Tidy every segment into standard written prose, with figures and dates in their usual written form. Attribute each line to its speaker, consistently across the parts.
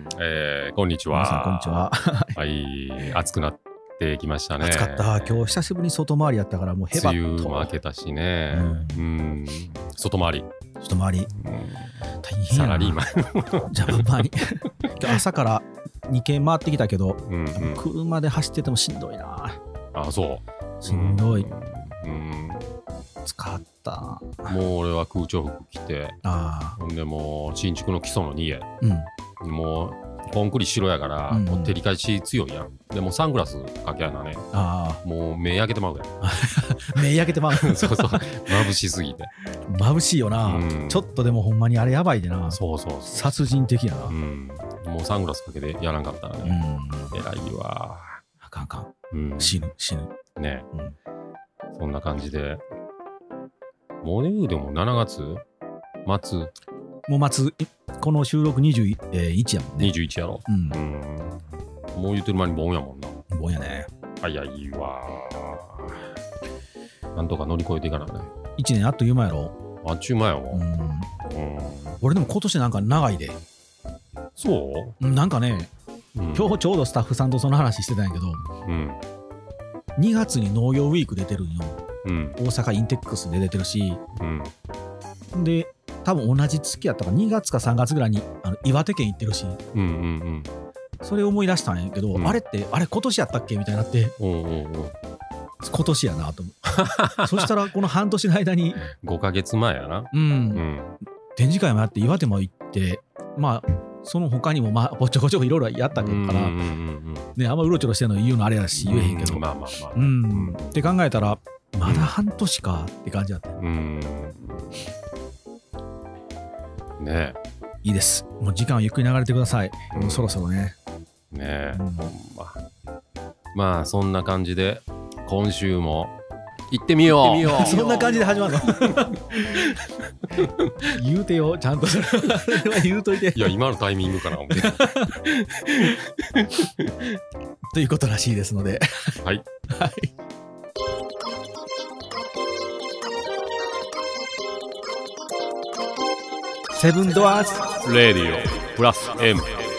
Speaker 1: こんにちは。
Speaker 2: 皆さんこんにちは。
Speaker 1: はい、暑くなってきましたね。
Speaker 2: 暑かった。今日久しぶりに外回りやったからもうヘバッと。
Speaker 1: 梅雨も明けたしね。外回り。
Speaker 2: 外回り。大変やな。
Speaker 1: サラリーマン。
Speaker 2: じゃあまあ今日朝から2軒回ってきたけど、車で走っててもしんどいな。
Speaker 1: あ、そう。
Speaker 2: しんどい。使った。
Speaker 1: もう俺は空調服着て、ほんでもう新築の基礎の家、もうコンクリ白やから、もう照り返し強いやん。でもサングラスかけやなね。もう目焼けてまうやん。
Speaker 2: 目焼けてまう。
Speaker 1: そうそう。眩しすぎて。
Speaker 2: 眩しいよな。ちょっとでもほんまにあれやばいでな。
Speaker 1: そうそう。
Speaker 2: 殺人的やな。
Speaker 1: もうサングラスかけてやらんかったらね。偉いわ。
Speaker 2: あかんかん。死ぬ。
Speaker 1: ね。そんな感じで。もうね、でも7月末。
Speaker 2: もう末、この収録21やもんね。
Speaker 1: 21やろ。もう言ってる間に盆やもんな。
Speaker 2: 盆やね。
Speaker 1: 早いわ。なんとか乗り越えていかないね。
Speaker 2: 1年あっという間やろ。
Speaker 1: あっちゅう間やわ。
Speaker 2: 俺でも今年なんか長いで。
Speaker 1: そう
Speaker 2: なんかね、今日ちょうどスタッフさんとその話してたんやけど、2月に農業ウィーク出てるんよ。大阪インテックスで出てるし、で多分同じ月やったから2月か3月ぐらいに岩手県行ってるし、それを思い出したんやけど、あれ今年やったっけみたいになって、今年やなと思う。そしたらこの半年の間に
Speaker 1: 5ヶ月前やな。
Speaker 2: 展示会もやって岩手も行って、まあその他にもぼちょこちょこいろいろやったけどからね、あんまうろちょろしてるの言うのあれやし言えへんけど、って考えたらまだ半年かって感じだった。
Speaker 1: ねえ。
Speaker 2: いいです。もう時間をゆっくり流れてください。もうそろそろね。
Speaker 1: ねえ。まあそんな感じで今週も行ってみよう。
Speaker 2: そんな感じで始まるの。言うてよ、ちゃんとそれは言うといて。
Speaker 1: いや今のタイミングかな思って。
Speaker 2: ということらしいですので。
Speaker 1: はい。
Speaker 2: はい。セブンドアーズ
Speaker 1: レディオプラス M。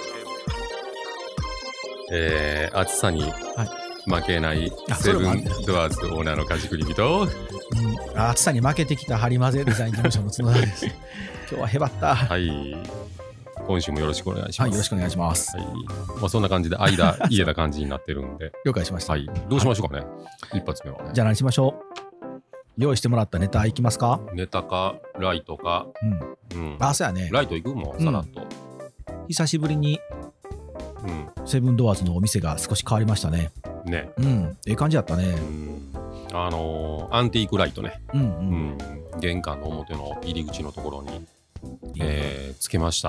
Speaker 1: 暑さに負けないセブンドアーズオーナーの梶栗人。
Speaker 2: 暑さに負けてきたハリマゼデザイン事務所の角田です。今日はへばった。
Speaker 1: はい。今週もよろしくお願いします。
Speaker 2: はい、よろしくお願いします。
Speaker 1: はい。まあそんな感じで間言えた感じになってるんで。
Speaker 2: 了解しました。
Speaker 1: はい。どうしましょうかね。一発目はね。
Speaker 2: じゃあ何しましょう。用意してもらったネタいきますか。
Speaker 1: ネタかライトか。
Speaker 2: そうやね。
Speaker 1: ライトいくもんさらっと。
Speaker 2: 久しぶりにセブンドアーズのお店が少し変わりましたね。
Speaker 1: ね。
Speaker 2: ええ感じだったね。
Speaker 1: アンティークライトね。玄関の表の入り口のところにつけました。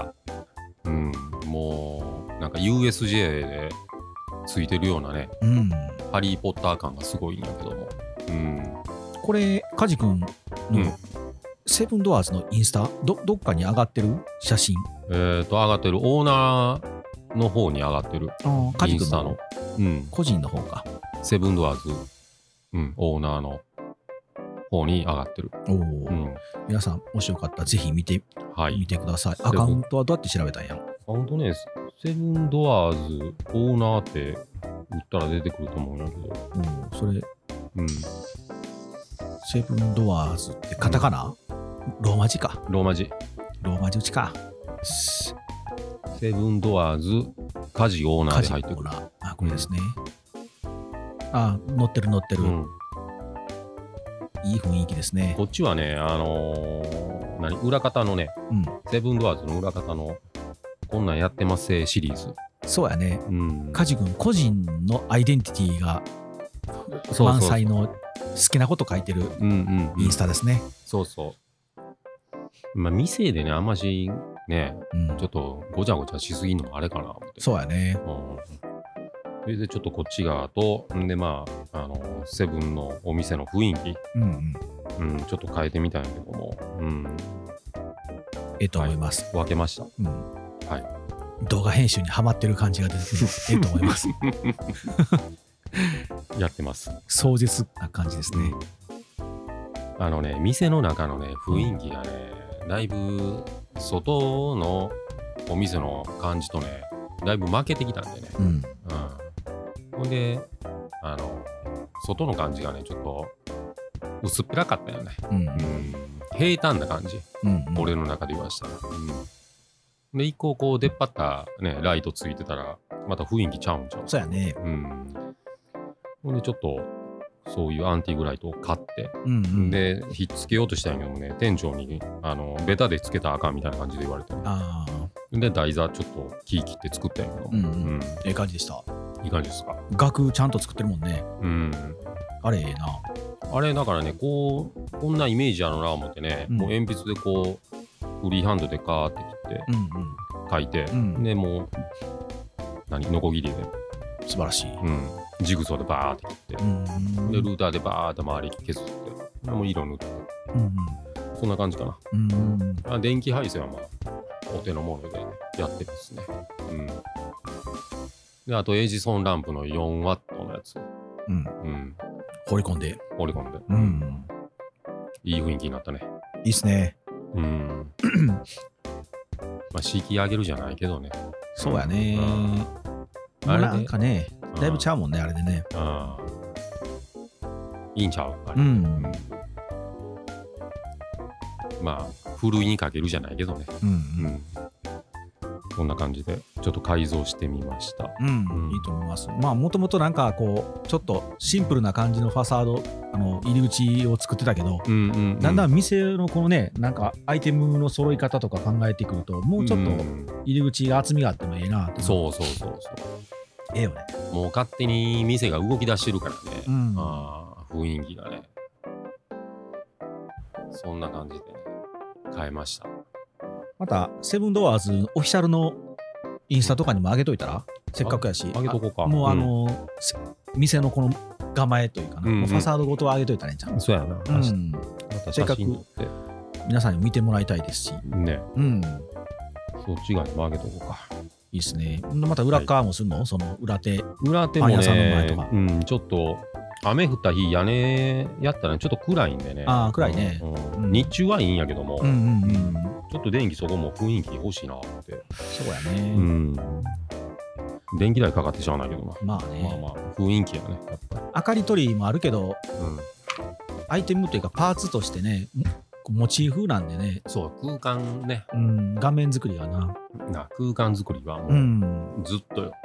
Speaker 1: もうなんか USJ でついてるようなね。ハリーポッター感がすごいんだけども。
Speaker 2: これ梶君のセブンドアーズのインスタどっかに上がってる写真。
Speaker 1: 上がってるオーナーの方に上がってる。インスタの。
Speaker 2: 個人の方か。
Speaker 1: セブンドアーズ、オーナーの方に上がってる。
Speaker 2: 皆さんもしよかったらぜひ見てください。アカウントはどうやって調べたんやろ。
Speaker 1: アカウントね、セブンドアーズオーナーって打ったら出てくると思うんだけど。
Speaker 2: それ、セブンドアーズってカタカナ、ローマ字か。
Speaker 1: ローマ字
Speaker 2: 打ちか。
Speaker 1: セブンドアーズ家事オーナーで入ってくる。
Speaker 2: これですね。乗ってる。いい雰囲気ですね。
Speaker 1: こっちはね、裏方のね、セブンドアーズの裏方のこんなんやってますシリーズ。
Speaker 2: そうやね。梶君個人のアイデンティティが満載の好きなこと書いてるインスタですね。
Speaker 1: そうそう。まあ店でねあんましね、ちょっとごちゃごちゃしすぎんのもあれかな思って。
Speaker 2: そうやね。
Speaker 1: それでちょっとこっち側とでセブンのお店の雰囲気、ちょっと変えてみたんやけども、
Speaker 2: と思います。
Speaker 1: 分けました。はい。
Speaker 2: 動画編集にハマってる感じが出てくる。と思います。
Speaker 1: やってます。
Speaker 2: 壮絶な感じですね。
Speaker 1: 店の中のね雰囲気がね、だいぶ外のお店の感じとねだいぶ負けてきたんでね。ほんで外の感じがねちょっと薄っぺらかったよね。平坦な感じ、俺の中で言わしたら。で一個こう出っ張ったねライトついてたらまた雰囲気ちゃうんちゃう。
Speaker 2: そうやね。
Speaker 1: ほんでちょっとそういうアンティーグライトを買って、でひっつけようとしたんやけどもね、店長にベタでつけたらあかんみたいな感じで言われて、ね、で台座ちょっと木切って作ったんやけど、
Speaker 2: ええ感じでした。
Speaker 1: いい感じですか。
Speaker 2: 額ちゃんと作ってるもんね。あれええな。あ
Speaker 1: れだからねこんなイメージあるな思ってね、もう鉛筆でこうフリーハンドでカーって切って書いて、でもうノコギリで
Speaker 2: 素晴らしい。
Speaker 1: ジグソーでバーって切って、でルーターでバーって周り削ってもう色塗って、そんな感じかな。電気配線はまあお手のものでやってですね。であとエジソンランプの4ワットのやつ、
Speaker 2: 放り込んで、
Speaker 1: いい雰囲気になったね。
Speaker 2: いいっすね。
Speaker 1: まあ敷き上げるじゃないけどね。
Speaker 2: そうやね。あれなんかねだいぶちゃうもんねあれでね。
Speaker 1: いいんちゃうあれ。まあふるいにかけるじゃないけどね。こんな感じでちょっと改造してみました。
Speaker 2: いいと思います。まあもともとなんかこうちょっとシンプルな感じのファサード入り口を作ってたけど、だんだん店のこのねなんかアイテムの揃い方とか考えてくるともうちょっと入り口が厚みがあってもええなって。
Speaker 1: そう
Speaker 2: ええよね。
Speaker 1: もう勝手に店が動き出してるからね。雰囲気がねそんな感じでね変えました。
Speaker 2: またセブンドアーズオフィシャルのインスタとかにも上げといたらせっかくやし、
Speaker 1: 上げとこうか。
Speaker 2: もう店のこの構えというかな、ファサードごと上げといたらいいんちゃう。
Speaker 1: そうやな。
Speaker 2: せっかく皆さんに見てもらいたいですしね。
Speaker 1: そっち側にも上げとこうか。
Speaker 2: いいっすね。また裏側もするの、その裏手
Speaker 1: もね、ちょっと雨降った日屋根やったらちょっと暗いんでね。
Speaker 2: 暗いね。
Speaker 1: 日中はいいんやけども、ちょっと電気そこも雰囲気欲しいなって。
Speaker 2: そうやね。
Speaker 1: 電気代かかってしゃあないけどな。
Speaker 2: まあね。
Speaker 1: 雰囲気やねやっぱり。
Speaker 2: 明かり取りもあるけど、アイテムというかパーツとしてねモチーフなんでね。
Speaker 1: そう空間ね。
Speaker 2: 画面作りは
Speaker 1: 空間作りはもうずっとよ。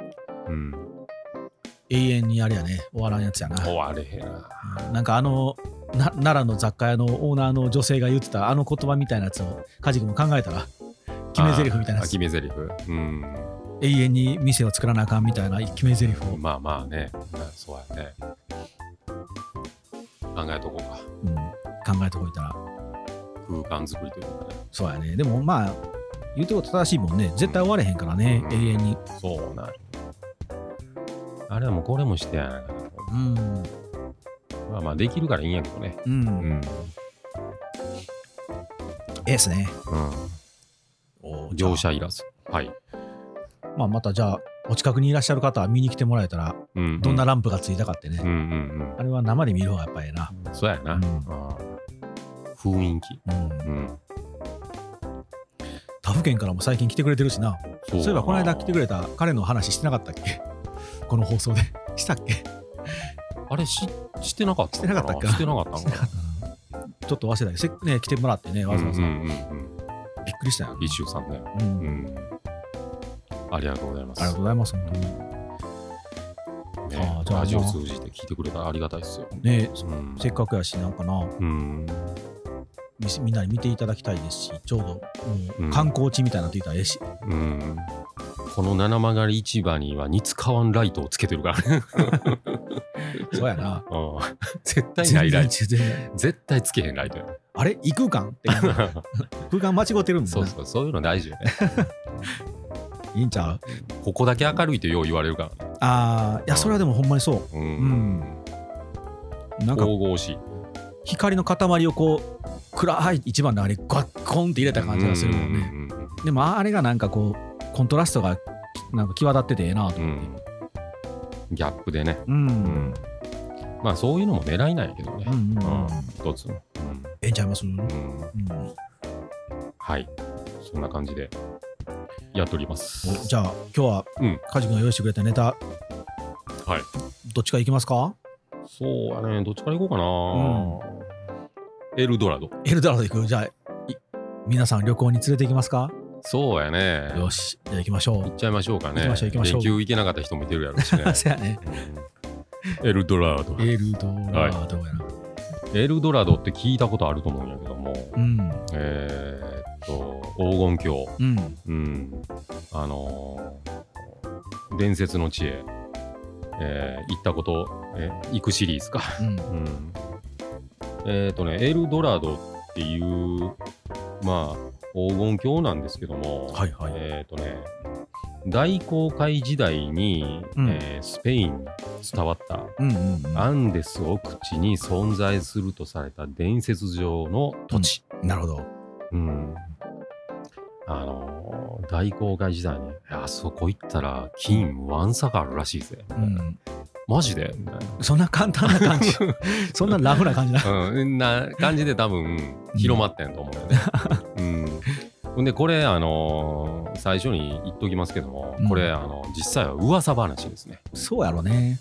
Speaker 1: 永
Speaker 2: 遠にあれやね終わらんやつやな。
Speaker 1: 終われへんな。
Speaker 2: なんか奈良の雑貨屋のオーナーの女性が言ってた言葉みたいなやつをカジ君も考えたら決め台詞みたいなやつ。
Speaker 1: 決め台詞。
Speaker 2: 永遠に店を作らなあかんみたいな決め台詞を。
Speaker 1: まあね。そうやね。考えとこう
Speaker 2: か。考えておいたら
Speaker 1: 空間作りというかね。
Speaker 2: そうやね。でもまあ言うてこと正しいもんね。絶対終われへんからね、永遠に。
Speaker 1: そうなる。あれはもうこれもしてやないかな。まあできるからいいんやけどね。
Speaker 2: ええっすね。
Speaker 1: 業者いらず。はい。
Speaker 2: またじゃあお近くにいらっしゃる方は見に来てもらえたら、どんなランプがついたかってね。あれは生で見る方がやっぱりええな。
Speaker 1: そうやな。雰囲気。
Speaker 2: 他府県からも最近来てくれてるしな。そういえばこの間来てくれた彼の話してなかったっけこの放送で。したっけ。
Speaker 1: あれしてなかったのかな。してなかったのかな。
Speaker 2: ちょっと忘れたけどね来てもらってねわざわざびっくりしたよ。
Speaker 1: 一周さんね。ありがとうございます。
Speaker 2: ありがとうございます本当に。
Speaker 1: じゃあラジオ通じて聞いてくれたらありがたいですよ
Speaker 2: ね。せっかくやしなんかな。みんなに見ていただきたいですし、ちょうど観光地みたいなのと言ったらええし。
Speaker 1: この七曲り市場には似つかわんライトをつけてるからね。
Speaker 2: そうやな。
Speaker 1: 絶対ないライト。絶対つけへんライトや。
Speaker 2: あれ異空間って空間間違ってるんだな。
Speaker 1: そういうの大事よね。
Speaker 2: いいんちゃう。
Speaker 1: ここだけ明るいってよう言われるから。
Speaker 2: いやそれはでもほんまにそう。
Speaker 1: なんか神々しい
Speaker 2: 光の塊をこう暗い一番のあれガッコンって入れた感じがするもんね。でもあれがなんかこうコントラストがなんか際立っててええなと思って。
Speaker 1: ギャップでね。まあそういうのも狙いなんやけどね。一つの。
Speaker 2: ええんちゃいます。
Speaker 1: はい。そんな感じでやっております。
Speaker 2: じゃあ今日はカジ君が用意してくれたネタ、はいどっちからいきますか？
Speaker 1: そうやね、どっちからいこうかな、エルドラド
Speaker 2: 行く。じゃあ皆さん旅行に連れて行きますか？
Speaker 1: そうやね。
Speaker 2: よし、じゃあ行きましょう。
Speaker 1: 行っちゃいましょうかね。
Speaker 2: 行きましょう。
Speaker 1: 連休行けなかった人もいてるやろうしね。
Speaker 2: そうやね。
Speaker 1: エルドラドやな。エルドラドって聞いたことあると思うんやけども、黄金鏡、伝説の地へ、行ったこと、行くシリーズか。エルドラドっていうまあ黄金鏡なんですけども、大航海時代に、スペインに伝わった、アンデス奥地に存在するとされた伝説上の土地。
Speaker 2: なるほど。
Speaker 1: 大航海時代にあそこ行ったら金わんさがあるらしいぜ。マジで
Speaker 2: そんな簡単な感じそんなラフな感じ
Speaker 1: な感じで多分広まってんと思うよね。でこれ最初に言っときますけども、これ実際は噂話ですね。
Speaker 2: そうやろね。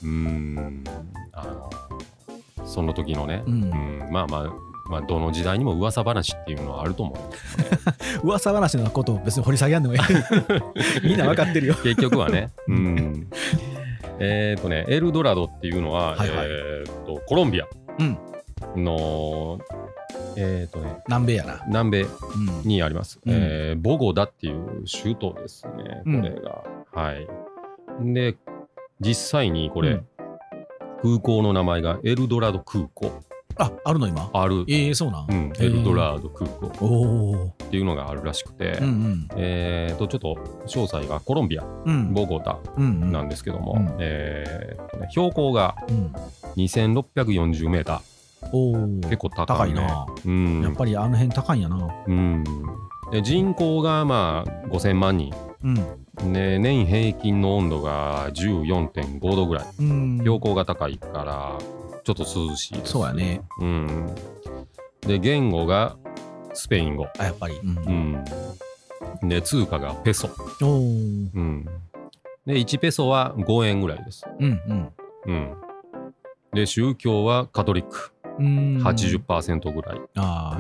Speaker 1: その時のね、まあどの時代にも噂話っていうのはあると思う。
Speaker 2: 噂話のことを別に掘り下げやんでもいいみんな分かってるよ
Speaker 1: 結局はね。エルドラドっていうのは、コロンビアの
Speaker 2: 南米やな。
Speaker 1: 南米にあります、ボゴダっていう首都ですね、これが。で実際にこれ、空港の名前がエルドラド空港。
Speaker 2: あるの今？
Speaker 1: ある。
Speaker 2: そうなん。
Speaker 1: エルドラド空港っていうのがあるらしくて、ちょっと詳細がコロンビア、ボゴタなんですけども、標高が2640メーター。結構高いね。
Speaker 2: やっぱりあの辺高いんやな。
Speaker 1: で人口がまあ5000万人。年平均の温度が 14.5 度ぐらい。標高が高いからちょっと涼しいです。
Speaker 2: そうやね。
Speaker 1: で言語がスペイン語。
Speaker 2: やっぱり。
Speaker 1: で通貨がペソ。で1ペソは5円ぐらいです。で宗教はカトリック。80% ぐらい。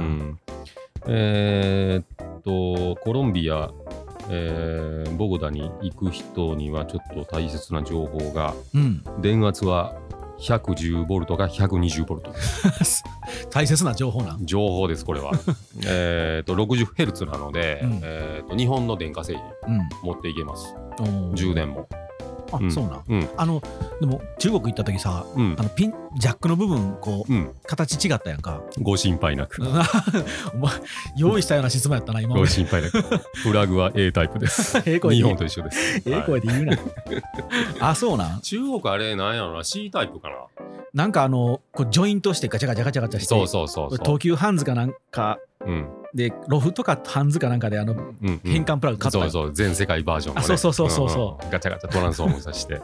Speaker 1: コロンビア、ボゴダに行く人にはちょっと大切な情報が、電圧は110ボルトが120ボルト
Speaker 2: 大切な情報な。
Speaker 1: 情報ですこれは。60ヘルツなので、日本の電化製品持っていけます。充電も。
Speaker 2: そうなん。でも中国行った時さ、ジャックの部分こう形違ったやんか。
Speaker 1: ご心配なく。
Speaker 2: お前用意したような質問やったな今。
Speaker 1: ご心配なく。プラグは A タイプです。日本と一緒です。
Speaker 2: 声で言うな。そうなん。
Speaker 1: 中国あれなんやろな、 C タイプかな。
Speaker 2: なんかこうジョイントしてガチャガチャガチャガチャして、東急ハンズかなんかでロフとかハンズかなんかで変換プラグ買った。
Speaker 1: そう全世界バージョンのね。そうガチャガチャトランスフォームさせて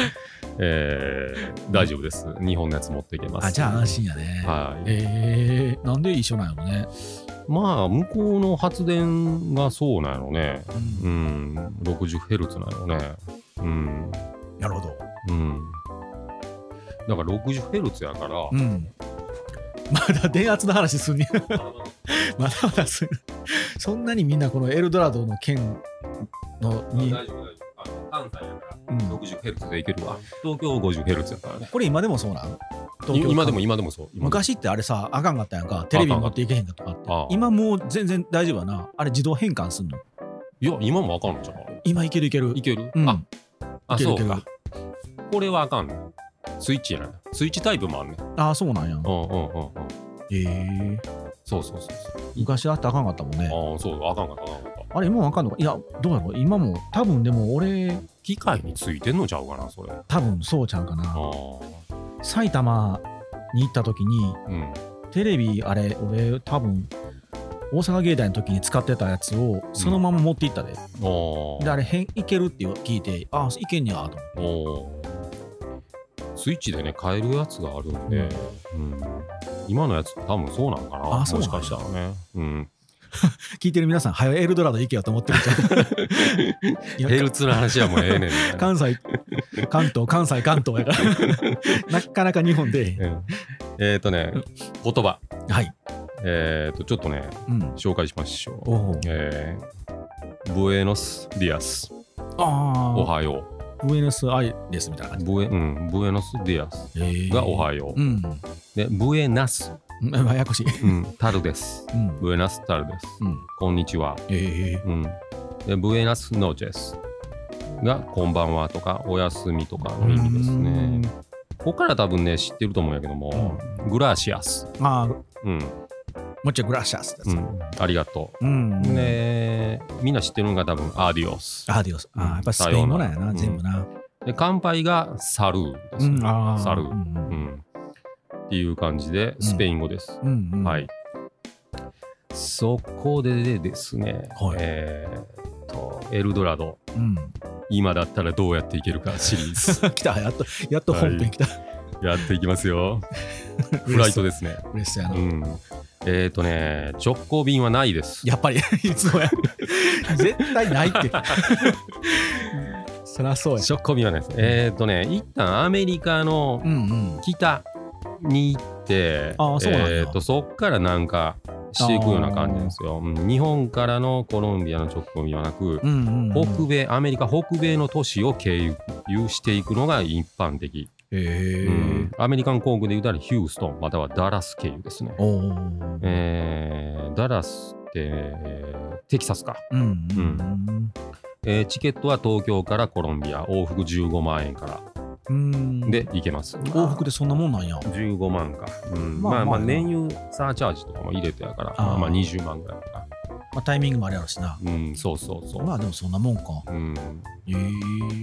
Speaker 1: 大丈夫です。日本のやつ持っていけます。
Speaker 2: じゃあ安心やね。なんで一緒なんやろね。
Speaker 1: まあ向こうの発電がそうなんやろね。60ヘルツなんやろね。
Speaker 2: なるほど。
Speaker 1: だから60ヘルツやから、
Speaker 2: まだ電圧の話すんねまだまだする。そんなにみんなこのエルドラドの県のに
Speaker 1: 大丈夫関西やから60ヘルツでいけるわ。東京50ヘルツやからね。
Speaker 2: これ今でもそうなの？
Speaker 1: 今でもそう。
Speaker 2: 昔ってあれさあかんかったやんか。テレビ持っていけへんかとかって。今もう全然大丈夫やな。あれ自動変換すんの？
Speaker 1: いや今もあかんのじゃん。
Speaker 2: 今いける。
Speaker 1: そうか。これはあかんの。スイッチやな。スイッチタイプもあんね。
Speaker 2: そうなんや。そう。昔だってあかんかったもんね。
Speaker 1: そうあかんかった。
Speaker 2: あれ今もあかんのか。いやどうやろう。今も多分でも俺
Speaker 1: 機械についてんのちゃうかなそれ。
Speaker 2: 多分そうちゃうかな。埼玉に行った時に、テレビあれ俺多分大阪芸大の時に使ってたやつをそのまま持っていったで。であれいけるって聞いていけんにゃと思って。
Speaker 1: スイッチでね変えるやつがあるんで、今のやつ多分そうなんかな。もしかしたらね。
Speaker 2: 聞いてる皆さん、エルドラド行けよと思ってる
Speaker 1: じゃん。ヘルツの話はもうええねん。
Speaker 2: 関西、関東やからなかなか日本で。
Speaker 1: 言葉。
Speaker 2: はい。
Speaker 1: ちょっとね、紹介しましょう。ブエノスディアス。おはよ
Speaker 2: う。ブエノスアイレスみたいな感じ。
Speaker 1: ブエノスディアスがおはよう。で、ブエナス。
Speaker 2: ややこしい。
Speaker 1: タルです。ブエナスタルです。こんにちは。で、ブエナスノーチェスがこんばんはとかおやすみとかの意味ですね。ここから多分ね知ってると思うんやけども、グラシアス。
Speaker 2: もちろんグラシアスです。
Speaker 1: ありがとう。で、みんな知ってるのが多分アディオス。
Speaker 2: やっぱスペイン語なんやな、全部な。
Speaker 1: で、乾杯がサルーですね。サルー。っていう感じでスペイン語です。はい。そこでですね、エルドラド、今だったらどうやっていけるかシリーズ。
Speaker 2: 来た、やっと本編来た。
Speaker 1: やっていきますよ。フライトですね。
Speaker 2: 嬉しそうやな。
Speaker 1: 直行便はないです。
Speaker 2: やっぱり、いつもや。絶対ないって。そりゃそうや。
Speaker 1: 直行便はないです。一旦アメリカの北に行って、そっからなんかしていくような感じなんですよ。日本からのコロンビアの直行便はなく、アメリカ北米の都市を経由していくのが一般的。アメリカン航空で言うたらヒューストンまたはダラス経由ですね。ダラスってテキサスか。チケットは東京からコロンビア往復15万円からで行けます。
Speaker 2: 往復でそんなもんなんや。
Speaker 1: 15万か。まあ燃油サーチャージとかも入れてやからまあ20万ぐらいかな。
Speaker 2: タイミングもあるやろしな。
Speaker 1: そう。
Speaker 2: まあでもそんなもんか。そう
Speaker 1: やね。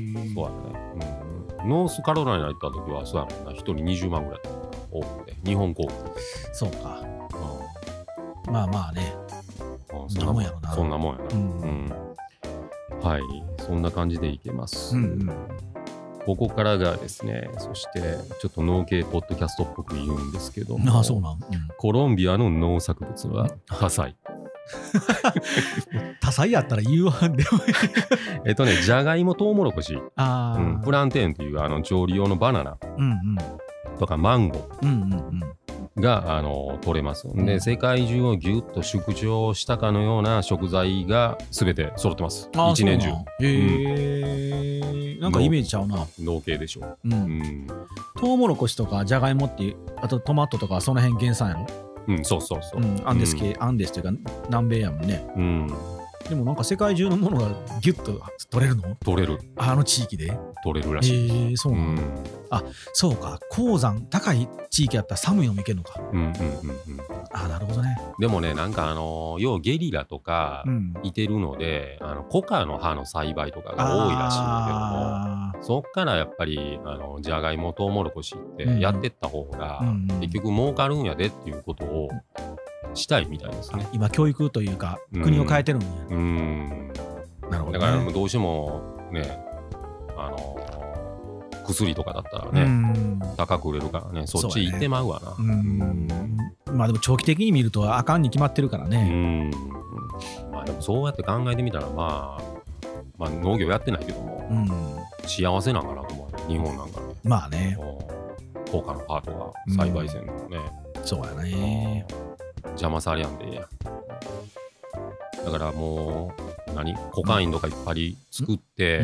Speaker 1: ノースカロライナ行った時はそうやもんな。1人20万ぐらい多くて日本航空。
Speaker 2: そうか。まあね。そんなもんやろな。
Speaker 1: そんなもんやな。はい。そんな感じで行けます。ここからがですね、そしてちょっと農系ポッドキャストっぽく言うんですけども、コロンビアの農作物は多彩。
Speaker 2: 多彩やったら言うわんでも
Speaker 1: じゃがいもとうもろこし、プランテンという調理用のバナナとかマンゴーが取れます。で、世界中をギュッと縮小したかのような食材が全て揃ってます。一年中。
Speaker 2: なんかイメージちゃうな。
Speaker 1: 農系でしょ。
Speaker 2: トウモロコシとかじゃがいもってあとトマトとかその辺原産やろ。
Speaker 1: そう。
Speaker 2: アンデスというか南米やもんね。でもなんか世界中のものがギュッと取れるの？
Speaker 1: 取れる。
Speaker 2: 地域で
Speaker 1: 取れるらしい。
Speaker 2: そうなの。そうか。高山高い地域やったら寒いのもいけるのか。なるほどね。
Speaker 1: でもね、なんか要はゲリラとかいてるので、コカの葉の栽培とかが多いらしいんだけども、そっからやっぱりじゃがいもとうもろこしってやってった方が結局儲かるんやでっていうことをしたいみたいですね。
Speaker 2: 今教育というか国を変えてるんや。なるほどね。
Speaker 1: だからどうしてもね、薬とかだったらね、高く売れるからね、そっち行ってまうわな。
Speaker 2: まあでも長期的に見るとあかんに決まってるからね。
Speaker 1: まあでもそうやって考えてみたらまあ農業やってないけども、幸せなんかなと思うね、日本なんかね。
Speaker 2: まあね。
Speaker 1: 高価のパートが栽培線のね。
Speaker 2: そうやね。
Speaker 1: 邪魔されやんでや。だからもうコカインとかいっぱい作って、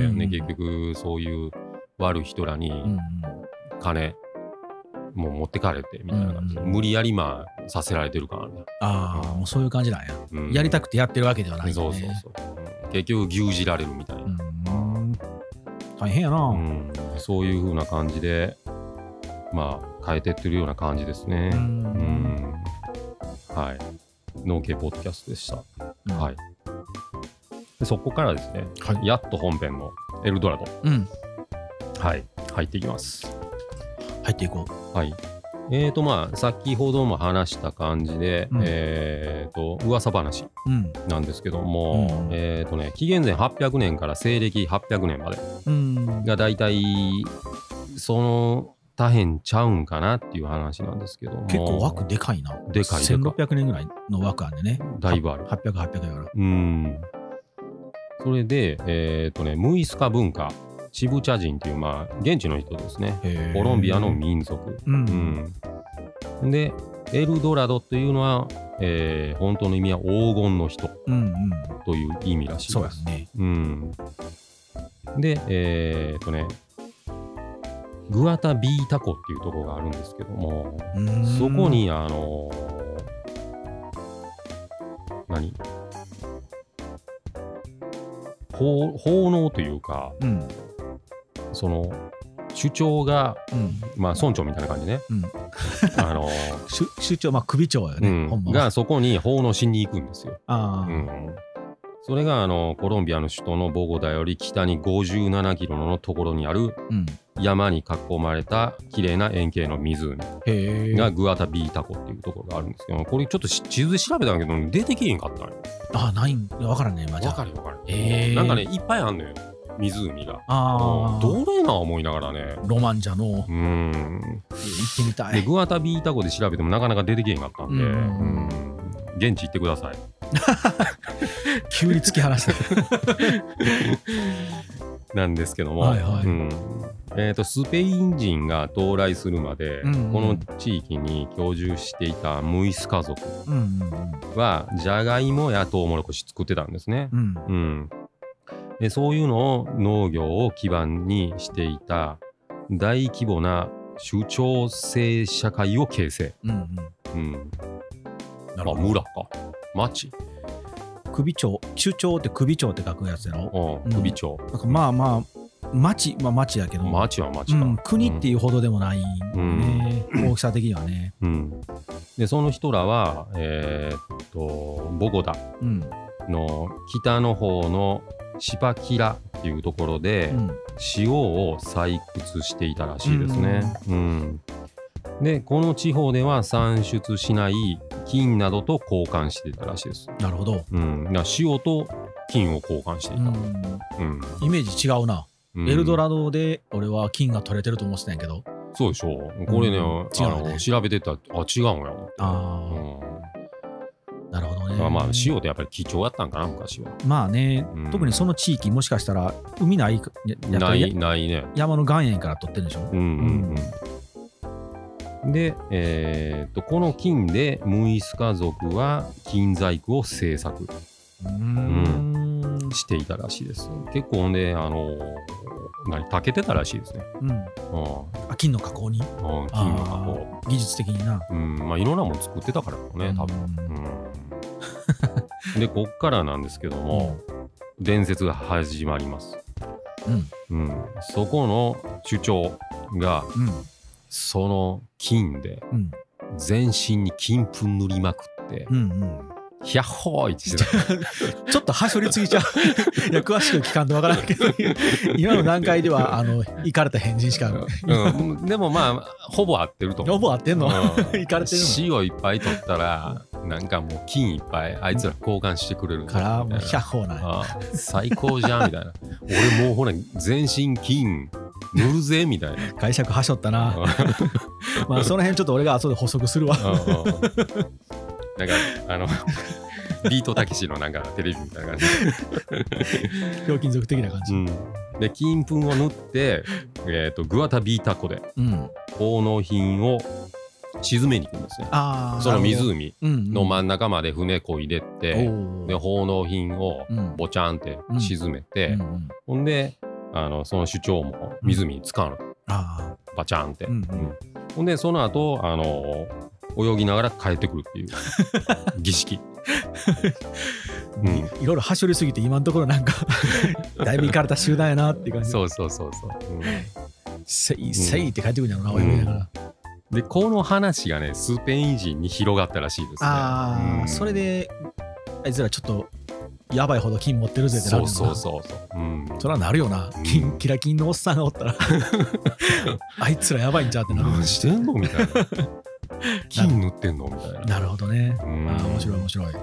Speaker 1: 結局そういう悪い人らに金もう持ってかれてみたいな感じで、無理やりさせられてるからね。
Speaker 2: もうそういう感じなんや。やりたくてやってるわけではないんだね。
Speaker 1: そう。結局牛耳られるみたいな。
Speaker 2: 大変やな。
Speaker 1: そういう風な感じで変えてってるような感じですね。はい。農系ポッドキャストでした。はい。でそこからですね、やっと本編のエルドラド。はい。入っていきます。
Speaker 2: 入っていこ
Speaker 1: う。はい。先ほども話した感じで、噂話なんですけども、紀元前800年から西暦800年までがだいたいそのったへんちゃうんかなっていう話なんですけども。
Speaker 2: 結構枠でかいな。
Speaker 1: でかい。
Speaker 2: 1600年ぐらいの枠あんでね。
Speaker 1: だいぶある。
Speaker 2: 800やから。
Speaker 1: それで、ムイスカ文化、チブチャ人っていう、まあ、現地の人ですね。コロンビアの民族。で、エルドラドっていうのは、本当の意味は黄金の人という意味らしいです。
Speaker 2: そうですね。
Speaker 1: で、グアタビータ湖っていうところがあるんですけども、そこに奉納というか、その首長が、まあ村長みたいな感じね、
Speaker 2: 首長、まあ首長やね、
Speaker 1: がそこに奉納しに行くんですよ。それがコロンビアの首都のボゴタより北に57キロのところにある、山に囲まれた綺麗な円形の湖がグアタビータ湖っていうところがあるんですけど、これちょっと地図で調べたんだけど出てきへんかったんよ。
Speaker 2: ないん分からんね。
Speaker 1: 分かる。なんかねいっぱいあんのよ湖が。どれな思いながらね。
Speaker 2: ロマンじゃの。行ってみたい。
Speaker 1: でグアタビータ湖で調べてもなかなか出てきへんかったんで、現地行ってください。
Speaker 2: 急に突き放した
Speaker 1: なんですけども、スペイン人が到来するまで、この地域に居住していたムイス家族はジャガイモやトウモロコシ作ってたんですね。でそういうのを農業を基盤にしていた大規模な首長制社会を形成。村か町。
Speaker 2: 首長、首長って首長って書くやつやろ。
Speaker 1: 首長。
Speaker 2: まあ町やけど。
Speaker 1: 町は町か。
Speaker 2: 国っていうほどでもないね。大きさ的にはね。
Speaker 1: でその人らはボゴタの北の方のシパキラっていうところで塩を採掘していたらしいですね。でこの地方では産出しない金などと交換していたらしいです。
Speaker 2: なるほど。
Speaker 1: 塩と金を交換していた。
Speaker 2: イメージ違うな。エルドラドで俺は金が取れてると思ってたんやけど。
Speaker 1: そうでしょう。これね、調べてたら違うんや。
Speaker 2: なるほどね。
Speaker 1: まあ塩ってやっぱり貴重やったんかな昔は。
Speaker 2: まあね、特にその地域もしかしたら海ない
Speaker 1: ね。
Speaker 2: 山の岩塩から取ってるでしょ。
Speaker 1: で、この金でムイスカ族は金細工を製作していたらしいです。結構ね、長けてたらしいですね。
Speaker 2: 金の加工に。
Speaker 1: 金の加工。
Speaker 2: 技術的にな。
Speaker 1: まあいろんなもの作ってたからね、多分。で、こっからなんですけども、伝説が始まります。そこの首長が、その金で全身に金粉塗りまくってヒャッホーイってして
Speaker 2: たちょっとはしょりすぎちゃういや詳しく聞かんとわからんけど今の段階ではイカれた変人しか
Speaker 1: でもまあほぼ合ってると思う。
Speaker 2: ほぼ合ってんのイカれてるの。
Speaker 1: 塩いっぱい取ったらなんかもう金いっぱいあいつら交換してくれる
Speaker 2: からもうヒャッホーな
Speaker 1: 最高じゃんみたいな。俺もうほら全身金塗るぜみたいな
Speaker 2: 解釈はしょったなまあその辺ちょっと俺が後で補足するわなんか
Speaker 1: ビートたけしのなんかテレビみたいな感じ
Speaker 2: ひょうきん族的な感じ、
Speaker 1: で金粉を塗って、グアタビータ湖で奉納品を沈めに行くんですね。その湖の真ん中まで船こいでって、で奉納品をボチャンって沈めて、ほんでその首長も湖に使うの、バチャンって、ほんでその後泳ぎながら帰ってくるっていう儀式
Speaker 2: いろいろはしょりすぎて今のところなんかだいぶいかれた集団やなっていう感じ。
Speaker 1: そう、
Speaker 2: せいって帰ってくるんやろな泳ぎながら。
Speaker 1: でこの話がねスペイン人に広がったらしいですね。
Speaker 2: それであいつらちょっとやばいほど金持ってるぜってなるのか。
Speaker 1: そう、
Speaker 2: それはなるよな。キラ金のおっさんがおったらあいつらやばいんちゃうってなる。
Speaker 1: 何してんのみたいな金塗ってんのみたいな。
Speaker 2: なるほどね。面白い。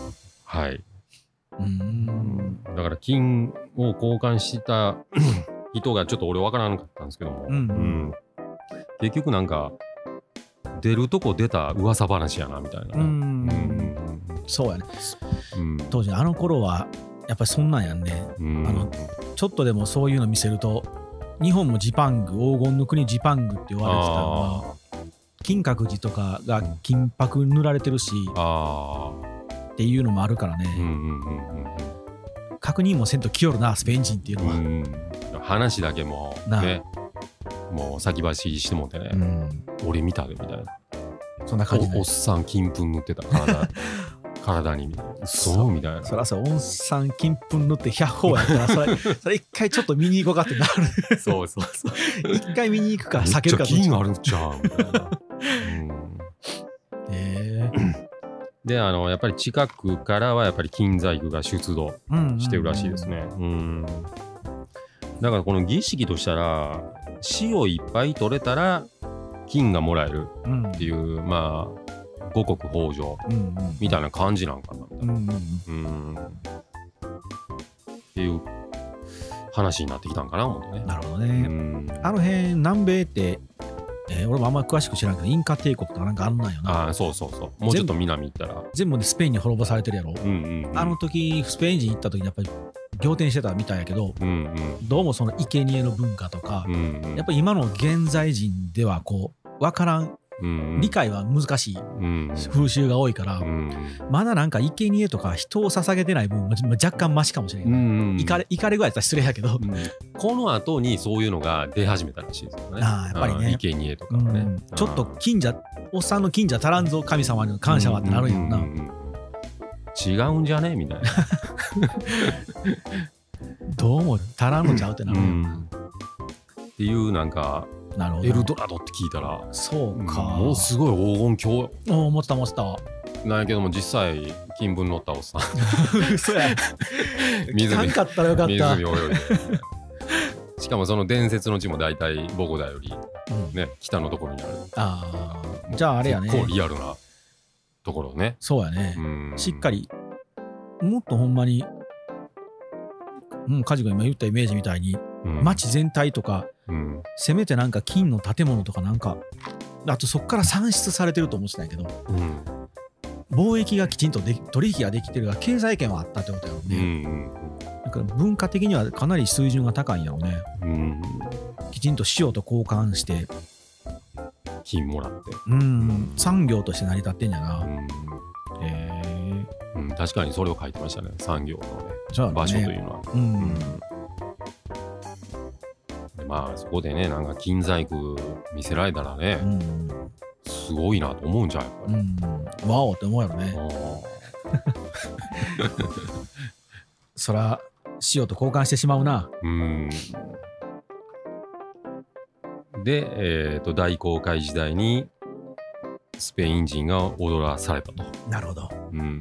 Speaker 1: はい。だから金を交換した人がちょっと俺分からなかったんですけども、
Speaker 2: うんうん、
Speaker 1: 結局なんか出るとこ出た噂話やなみたいな、
Speaker 2: そうやね、当時あの頃はやっぱりそんなんやんね、ちょっとでもそういうの見せると日本もジパング、黄金の国ジパングって言われてたのは金閣寺とかが金箔塗られてるしっていうのもあるからね、確認もせんと来よるなスペイン人っていうのは、
Speaker 1: 話だけもねもう先走りしてもってね、俺見たでみたいな、
Speaker 2: そんな感じで
Speaker 1: おっさん金粉塗ってた体にみたいな、そうみたいな、
Speaker 2: そらそう、おっさん金粉塗って100歩やったらそれ一回ちょっと見に行こうかってなる
Speaker 1: そう
Speaker 2: 一回見に行くか避けるかどっちか、
Speaker 1: 金あるんちゃうみたいなでやっぱり近くからはやっぱり金細工が出土してるらしいですね。だからこの儀式としたら塩いっぱい取れたら金がもらえるっていう、まあ五穀豊穣みたいな感じなんかなっていう話になってきたんかな思ってね。
Speaker 2: なるほどね。あの辺南米って俺もあんまり詳しく知らんけどインカ帝国とかなんかあんなんよな。
Speaker 1: そうもうちょっと南行ったら
Speaker 2: 全部でスペインに滅ぼされてるやろ。あの時スペイン人行った時にやっぱり仰天してたみたいやけど、どうもその生贄の文化とか、やっぱり今の現在人ではこう分からん、理解は難しい風習が多いから、まだなんか生贄とか人を捧げてない分若干マシかもしれない。イカレぐらいだったら失礼やけど、
Speaker 1: この後にそういうのが出始めたらしいですよね。
Speaker 2: やっぱりね、
Speaker 1: 生贄とかね、
Speaker 2: ちょっとおっさんの金じゃ足らんぞ神様に感謝はってなるんやろな。
Speaker 1: 違うんじゃねみたいな
Speaker 2: どうも足らんのちゃうってなる
Speaker 1: っていうなんかエルドラドって聞いたら
Speaker 2: そうか、
Speaker 1: もうすごい黄金鏡
Speaker 2: 思ってた
Speaker 1: なんやけども実際金粉乗ったおっさん
Speaker 2: そうや
Speaker 1: 湖
Speaker 2: かったらよかった
Speaker 1: 湖泳いでしかもその伝説の地も大体ボゴダより、ね、北のところにある。
Speaker 2: じゃああれやね、
Speaker 1: 結構リアルなところね。
Speaker 2: そうやね、しっかりもっとほんまにカジが今言ったイメージみたいに、街全体とか、せめてなんか金の建物とかなんかあとそっから産出されてると思ってたんやけど、貿易がきちんと取引ができてるが経済圏はあったってことやろうね。だから文化的にはかなり水準が高いんやろうね。きちんと塩と交換して
Speaker 1: 金もらって
Speaker 2: 産業として成り立ってんやな。
Speaker 1: 確かにそれを書いてましたね、産業の、ね、場所というのは。まあそこでねなんか金細工見せられたらね、すごいなと思うんじゃんやっぱり。
Speaker 2: わおって思うやろね。そら塩と交換してしまうな。
Speaker 1: で、大航海時代にスペイン人が踊らされたと。
Speaker 2: なるほど。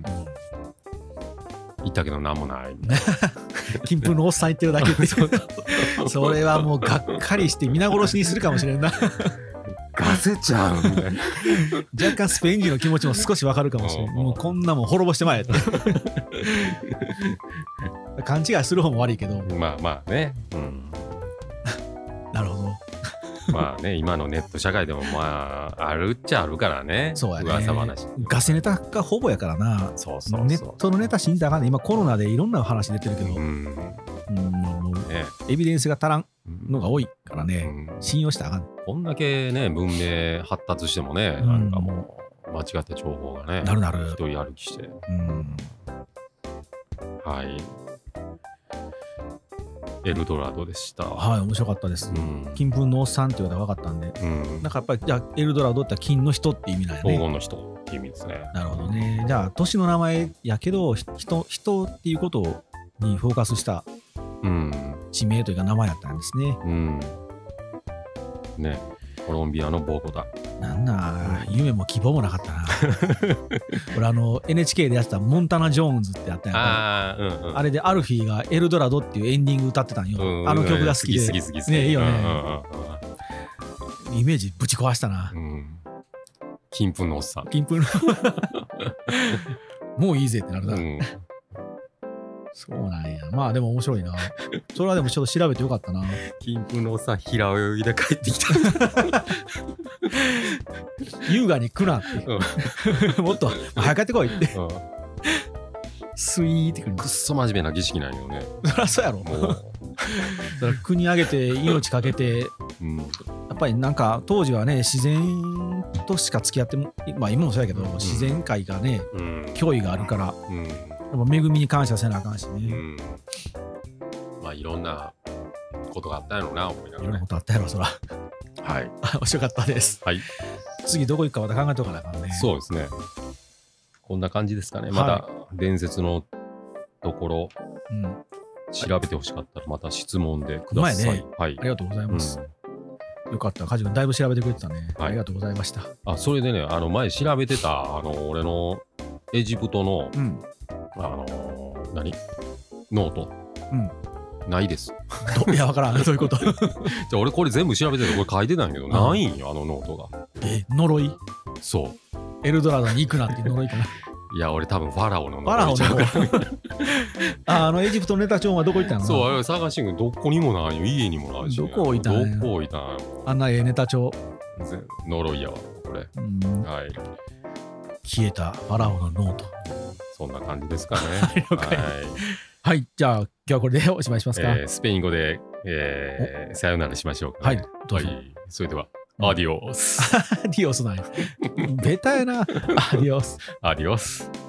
Speaker 1: 言ったけど何もない。
Speaker 2: 金粉のおっさん言ってるだけでそれはもうがっかりして皆殺しにするかもしれんな。
Speaker 1: ガセちゃうみたいな。
Speaker 2: 若干スペイン人の気持ちも少しわかるかもしれん。もうこんなもん滅ぼしてまえって勘違いする方も悪いけど、
Speaker 1: まあね、
Speaker 2: なるほど。
Speaker 1: まあね、今のネット社会でもまああるっちゃあるからね。
Speaker 2: そうやね。
Speaker 1: 噂話。
Speaker 2: ガセネタがほぼやからな。
Speaker 1: そう
Speaker 2: ネットのネタ信じたらあかんね。今コロナでいろんな話出てるけど、エビデンスが足らんのが多いからね、信用したらあかん。
Speaker 1: こんだけね文明発達してもね、なんかもう間違った情報がね、
Speaker 2: なる
Speaker 1: 一人歩きして、はい。エルドラドでした。
Speaker 2: はい、面白かったです。金粉のおっさんって言われたら分かったんで、なんかやっぱりじゃあエルドラドって金の人って意味なんやね。
Speaker 1: 黄金の人って意味ですね。
Speaker 2: なるほどね。じゃあ都市の名前やけど人っていうことにフォーカスした地名というか名前だったんですね。
Speaker 1: ね、コロンビアのボゴダ。
Speaker 2: なんだ、夢も希望もなかったな。俺NHK でやってたモンタナ・ジョーンズってあったやんか。あれでアルフィーがエルドラドっていうエンディング歌ってたんよ。あの曲が好きで。
Speaker 1: 好き。
Speaker 2: ね、いいよね。イメージぶち壊したな。
Speaker 1: 金粉のおっさん。
Speaker 2: 金粉のもういいぜってなるな。 そうなんや。まあでも面白いな。それはでもちょっと調べてよかったな。
Speaker 1: 金粉のさ、平泳ぎで帰ってきた。
Speaker 2: 優雅に来なって。もっと早く帰ってこいって。スイーってくる。
Speaker 1: くっそ真面目な儀式なんよね。
Speaker 2: そりゃそうやろ。だから国挙げて命かけて、やっぱりなんか当時はね自然としか付き合っても、まあ今もそうやけど、自然界がね、脅威があるから、恵みに感謝せなあかんしね。
Speaker 1: まあいろんなことがあったやろうな思いながら、ね。いろん
Speaker 2: なことあったやろそら。
Speaker 1: はい。
Speaker 2: 面白かったです。
Speaker 1: はい。
Speaker 2: 次どこ行くかまた考えとかなあかんね。
Speaker 1: そうですね。こんな感じですかね。また伝説のところ、調べてほしかったらまた質問でください。
Speaker 2: ね、はい。ありがとうございます。よかった。梶君だいぶ調べてくれてたね。ありがとうございました。
Speaker 1: あ、それでね、前調べてた俺のエジプトの、ノート。ないです。
Speaker 2: いや、わからん。どういうこと？じゃ
Speaker 1: あ俺これ全部調べてて、これ書いてないけど、ないんよ、ノートが。
Speaker 2: 呪い？
Speaker 1: そう。
Speaker 2: エルドラドに行くなっていう呪いかな。
Speaker 1: いや、俺多分ファラオの呪いちゃう
Speaker 2: から。エジプトのネタ帳はどこ行ったの？
Speaker 1: そう、あれ探してんどこにもないよ。家にもないし。
Speaker 2: どこ置いたん？
Speaker 1: どこ置いたん？
Speaker 2: あんなネタ帳。
Speaker 1: 呪いやわ、これ。はい。
Speaker 2: 消えたファラオのノート。
Speaker 1: そんな感じですかね。
Speaker 2: はい。じゃあ、今日はこれでおしまいしますか。
Speaker 1: スペイン語で、さよならしましょうか。
Speaker 2: はい。どうぞ。
Speaker 1: それでは、アディオス。
Speaker 2: アディオスなんや。ベタやな。アディオス。
Speaker 1: アディオス。